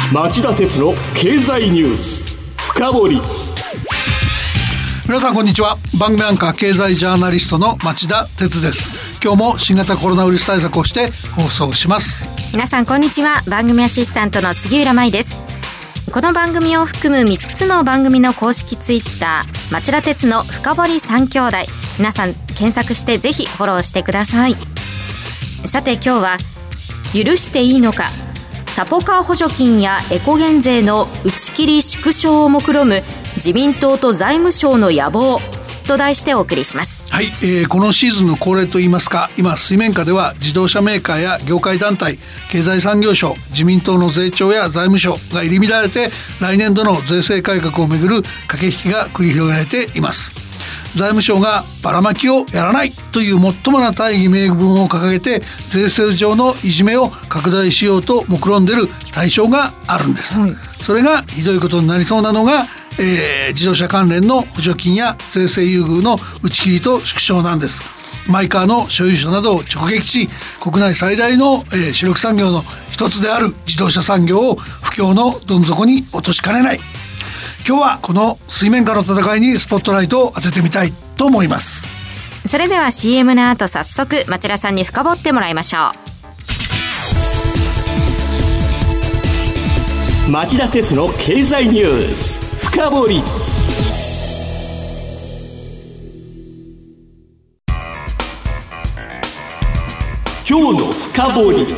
町田鉄の経済ニュース深掘り。 皆さんこんにちは。番組アンカー経済ジャーナリストの町田鉄です。今日も新型コロナウイルス対策をして放送します。 皆さんこんにちは。番組アシスタントの杉浦舞です。この番組を含む3つの番組の公式ツイッター、町田鉄の深掘り3兄弟、皆さん検索してぜひフォローしてください。さて今日は許していいのか、サポカー補助金やエコ減税の打ち切り縮小を目論む自民党と財務省の野望と題してお送りします。 はい、このシーズンの恒例といいますか、今水面下では自動車メーカーや業界団体、経済産業省、自民党の税調や財務省が入り乱れて、来年度の税制改革をめぐる駆け引きが繰り広げられています。財務省がばらまきをやらないというもっともな大義名分を掲げて、税制上のいじめを拡大しようと目論んでいる対象があるんです、それがひどいことになりそうなのが、自動車関連の補助金や税制優遇の打ち切りと縮小なんです。マイカーの所有者などを直撃し、国内最大の、主力産業の一つである自動車産業を不況のどん底に落としかねない。今日はこの水面下の戦いにスポットライトを当ててみたいと思います。 それでは CM の後、早速町田さんに深掘ってもらいましょう。町田鉄の経済ニュース深掘り。今日の深掘り。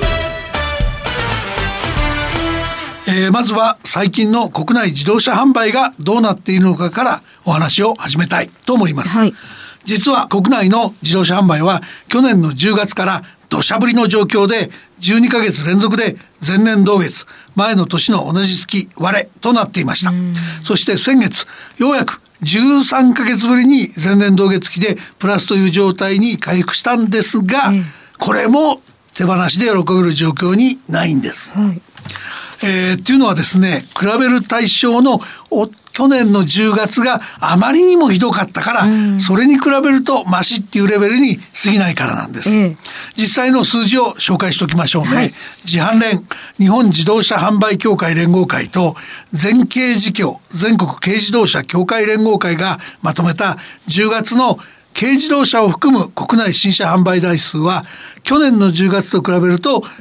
まずは最近の国内自動車販売がどうなっているのかからお話を始めたいと思います、実は国内の自動車販売は去年の10月から土砂降りの状況で12ヶ月連続で前年同月、前の年の同じ月割れとなっていました。そして先月ようやく13ヶ月ぶりに前年同月期でプラスという状態に回復したんですが、これも手放しで喜べる状況にないんです、っていうのはですね、比べる対象の去年の10月があまりにもひどかったから、それに比べるとマシっていうレベルに過ぎないからなんです、実際の数字を紹介しておきましょうね、自販連、日本自動車販売協会連合会と全経自協、全国軽自動車協会連合会がまとめた10月の軽自動車を含む国内新車販売台数は去年の10月と比べると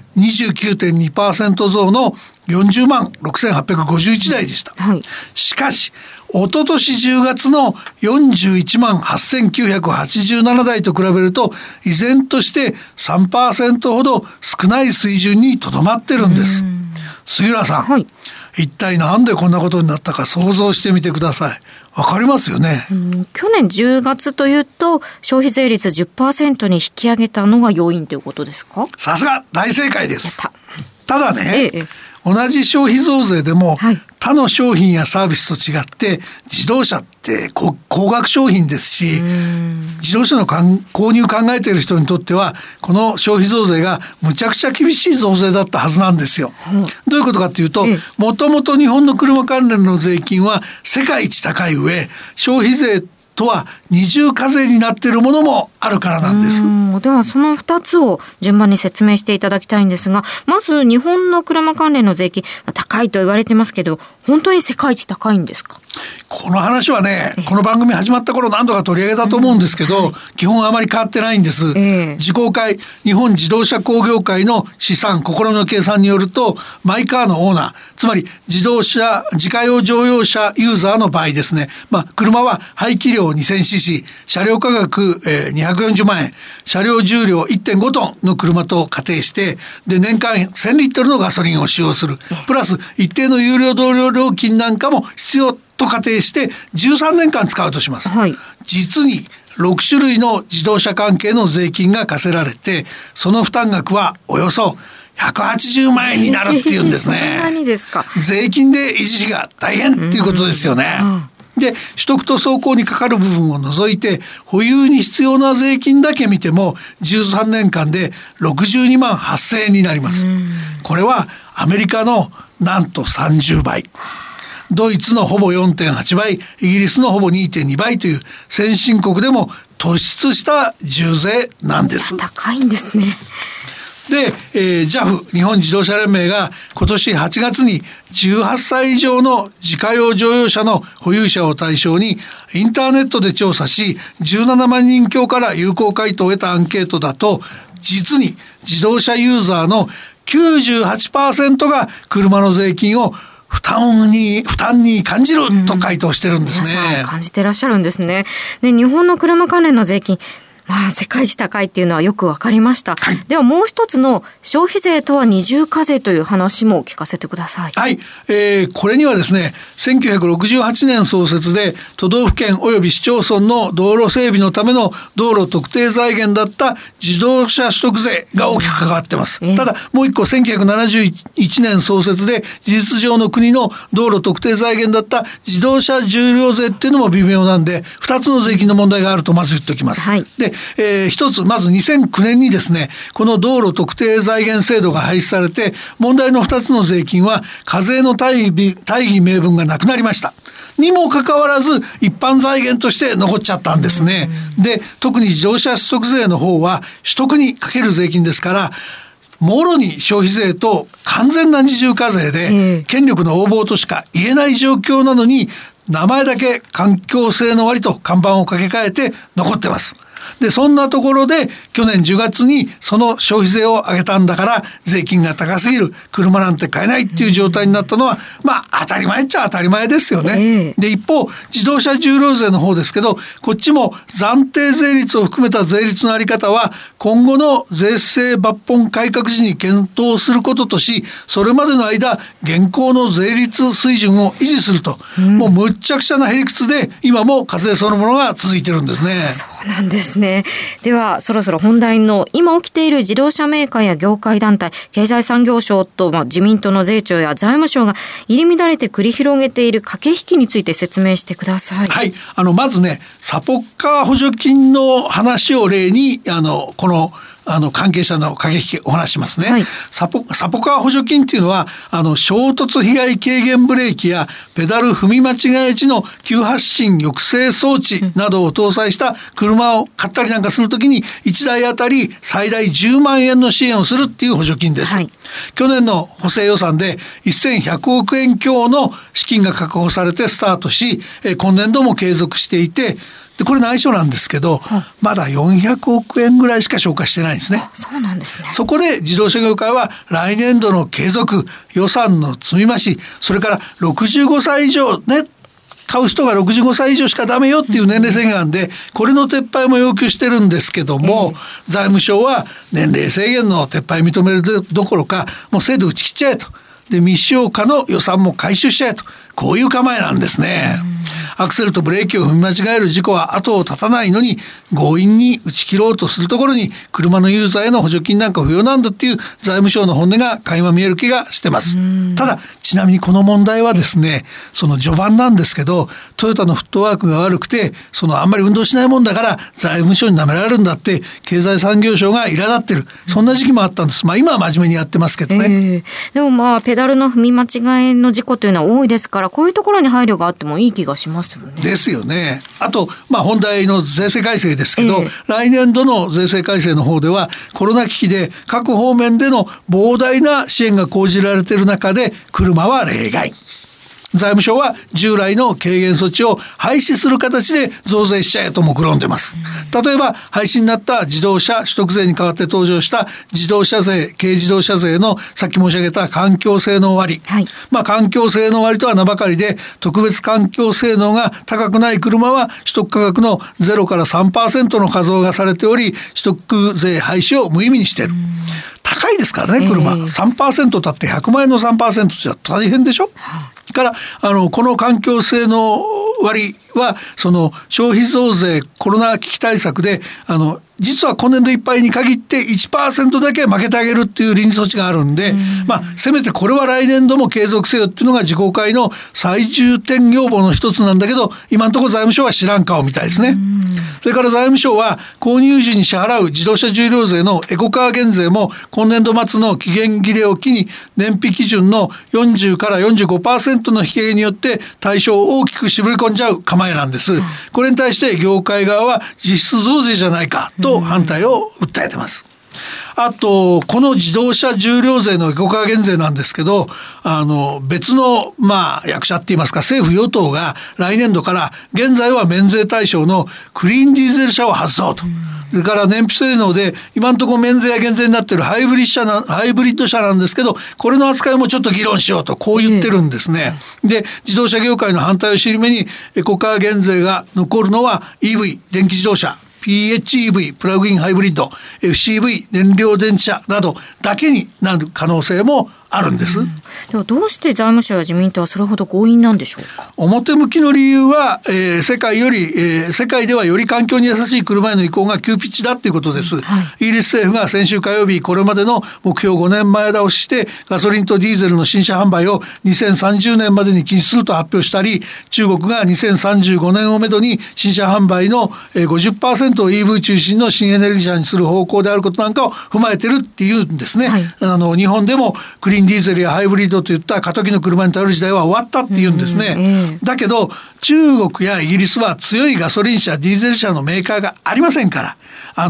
29.2% 増の40万6851台でした、しかし一昨年10月の41万8987台と比べると依然として 3% ほど少ない水準にとどまってるんです。杉浦さん、一体なんでこんなことになったか想像してみてください。わかりますよね。 去年10月というと消費税率 10% に引き上げたのが要因ということですか？ さすが大正解です。ただね、同じ消費増税でも、他の商品やサービスと違って自動車って高額商品ですし、自動車の購入考えている人にとってはこの消費増税がむちゃくちゃ厳しい増税だったはずなんですよ、どういうことかというと、もともと日本の車関連の税金は世界一高い上、消費税とは二重課税になっているものもあるからなんです。 ではその2つを順番に説明していただきたいんですが、まず日本の車関連の税金高いと言われてますけど、本当に世界一高いんですか？ この話はね、この番組始まった頃何度か取り上げたと思うんですけど、基本はあまり変わってないんです、自公会日本自動車工業会の試算試みの計算によると、マイカーのオーナー、つまり自家用乗用車ユーザーの場合ですね、車は排気量 2000cc、 車両価格、240万円、車両重量 1.5 トンの車と仮定して、で年間1000リットルのガソリンを使用する、プラス一定の有料道路料金なんかも必要と仮定して13年間使うとします、実に6種類の自動車関係の税金が課せられて、その負担額はおよそ180万円になるっていうんですね。 そんなにですか？ 税金で維持費が大変っていうことですよね、で取得と走行にかかる部分を除いて保有に必要な税金だけ見ても13年間で62万8000円になります。これはアメリカのなんと30倍、ドイツのほぼ 4.8 倍、イギリスのほぼ 2.2 倍という先進国でも突出した重税なんです。 高いんですね。 で、JAF 日本自動車連盟が今年8月に18歳以上の自家用乗用車の保有者を対象にインターネットで調査し17万人強から有効回答を得たアンケートだと、実に自動車ユーザーの 98% が車の税金を負担に感じると回答してるんですね。 皆さん感じてらっしゃるんですね。で、日本の車関連の税金、世界一高いっていうのはよくわかりました、はい、ではもう一つの消費税とは二重課税という話も聞かせてください。 はい、これにはですね、1968年創設で都道府県及び市町村の道路整備のための道路特定財源だった自動車取得税が大きく関わってます、ただもう一個1971年創設で事実上の国の道路特定財源だった自動車重量税っていうのも微妙なんで、2つの税金の問題があるとまず言っておきます、はい、で一つ、まず2009年にですね、この道路特定財源制度が廃止されて、問題の2つの税金は課税の大義名分がなくなりましたにもかかわらず一般財源として残っちゃったんですね。で、特に自動車取得税の方は取得にかける税金ですから、もろに消費税と完全な二重課税で権力の横暴としか言えない状況なのに、名前だけ環境性の割と看板を掛け替えて残ってます。で、そんなところで去年10月にその消費税を上げたんだから税金が高すぎる、車なんて買えないっていう状態になったのは、当たり前っちゃ当たり前ですよね、で、一方自動車重量税の方ですけど、こっちも暫定税率を含めた税率のあり方は今後の税制抜本改革時に検討することとし、それまでの間現行の税率水準を維持すると、もうむっちゃくちゃなへりくつで今も課税そのものが続いてるんですね。 そうなんですね。ではそろそろ本題の今起きている自動車メーカーや業界団体、経済産業省と自民党の税調や財務省が入り乱れて繰り広げている駆け引きについて説明してください。 はい、まずね、サポッカー補助金の話を例にこの関係者の駆け引きお話しますね、はい、サポカー補助金っていうのは衝突被害軽減ブレーキやペダル踏み間違え時の急発進抑制装置などを搭載した車を買ったりなんかするときに1台あたり最大10万円の支援をするっていう補助金です、はい、去年の補正予算で1100億円強の資金が確保されてスタートし、今年度も継続していて、でこれ内緒なんですけど、まだ400億円ぐらいしか消化してないんですね。 そうなんですね。 そこで自動車業界は来年度の継続、予算の積み増し、それから65歳以上ね、買う人が65歳以上しかダメよっていう年齢制限案で、これの撤廃も要求してるんですけども、財務省は年齢制限の撤廃認めるどころか、もう制度打ち切っちゃえと。で、未使用化の予算も回収しちゃえと、こういう構えなんですね。アクセルとブレーキを踏み間違える事故は後を絶たないのに、強引に打ち切ろうとするところに車のユーザーへの補助金なんか不要なんだっていう財務省の本音が垣間見える気がしてます。ただちなみにこの問題はですね、その序盤なんですけど、トヨタのフットワークが悪くてあんまり運動しないもんだから財務省に舐められるんだって経済産業省が苛立ってる、そんな時期もあったんです。今は真面目にやってますけどね、 でもペダルの踏み間違いの事故というのは多いですから、こういうところに配慮があってもいい気がしますよね。 ですよね。あと、本題の税制改正ですけど、来年度の税制改正の方ではコロナ危機で各方面での膨大な支援が講じられている中で車は例外。財務省は従来の軽減措置を廃止する形で増税しちゃえと目論んでます。例えば廃止になった自動車取得税に代わって登場した自動車税、軽自動車税のさっき申し上げた環境性能割、環境性能割とは名ばかりで、特別環境性能が高くない車は取得価格の0から 3% の課税がされており、取得税廃止を無意味にしている。高いですからね、車、3% だって100万円の 3% じゃ大変でしょ。からこの環境性の割は消費増税コロナ危機対策で実は今年度いっぱいに限って 1% だけ負けてあげるっていう臨時措置があるんで、せめてこれは来年度も継続せよっていうのが自公会の最重点要望の一つなんだけど、今のところ財務省は知らん顔みたいですね。それから財務省は購入時に支払う自動車重量税のエコカー減税も今年度末の期限切れを機に燃費基準の40から 45% の引き上げによって対象を大きく絞り込んじゃう構えなんです。これに対して業界側は実質増税じゃないかと反対を訴えてます。 あとこの自動車重量税のエコカー減税なんですけど、別の役者って言いますか、政府与党が来年度から現在は免税対象のクリーンディーゼル車を外そうと。それから燃費性能で今のところ免税や減税になっているハイブリッド車なんですけど、これの扱いもちょっと議論しようとこう言ってるんですね。で自動車業界の反対を尻目にエコカー減税が残るのは EV 電気自動車、PHEV プラグインハイブリッド、 FCV 燃料電池車などだけになる可能性もあるんです。 ではどうして財務省や自民党はそれほど強引なんでしょうか。 表向きの理由は、世界ではより環境に優しい車への移行が急ピッチだということです。イギリス政府が先週火曜日これまでの目標5年前倒ししてガソリンとディーゼルの新車販売を2030年までに禁止すると発表したり、中国が2035年をめどに新車販売の 50% を EV 中心の新エネルギー車にする方向であることなんかを踏まえてるっていうんですね。日本でもクリーンディーゼルやハイブリッドといった過渡期の車に頼る時代は終わったっていうんですね。だけど中国やイギリスは強いガソリン車ディーゼル車のメーカーがありませんから、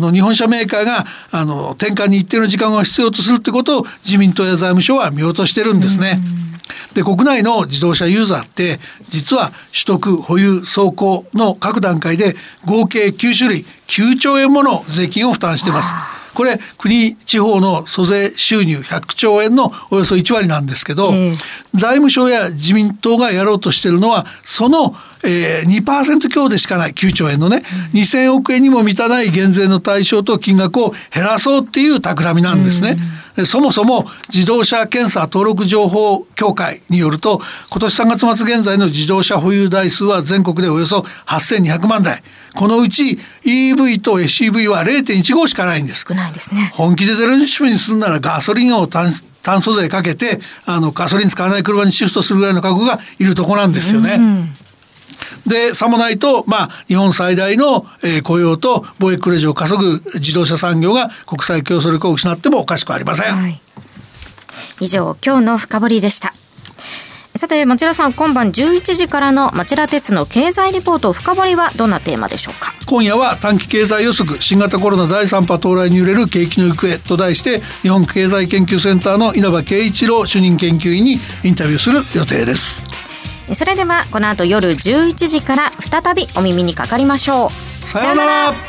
日本車メーカーが転換に一定の時間を必要とするってことを自民党や財務省は見落としてるんですね。で国内の自動車ユーザーって実は取得保有走行の各段階で合計9種類9兆円もの税金を負担しています。これ国地方の租税収入100兆円のおよそ1割なんですけど、財務省や自民党がやろうとしているのはその、2% 強でしかない9兆円のね、2000億円にも満たない減税の対象と金額を減らそうっていう企みなんですね。そもそも自動車検査登録情報協会によると今年3月末現在の自動車保有台数は全国でおよそ8200万台。このうち EV と FCV は 0.15 しかないんです。 少ないですね。 本気でゼロエミッションにするならガソリンを炭素税かけてガソリン使わない車にシフトするぐらいの覚悟がいるところなんですよね。でさもないと、日本最大の、雇用と貿易黒字を稼ぐ自動車産業が国際競争力を失ってもおかしくありません。 以上今日の深掘りでした。さて町田さん、今晩11時からの町田鉄の経済リポート深掘りはどんなテーマでしょうか。 今夜は短期経済予測新型コロナ第3波到来に揺れる景気の行方と題して日本経済研究センターの稲葉圭一郎主任研究員にインタビューする予定です。 それではこの後夜11時から再びお耳にかかりましょう。 さようなら。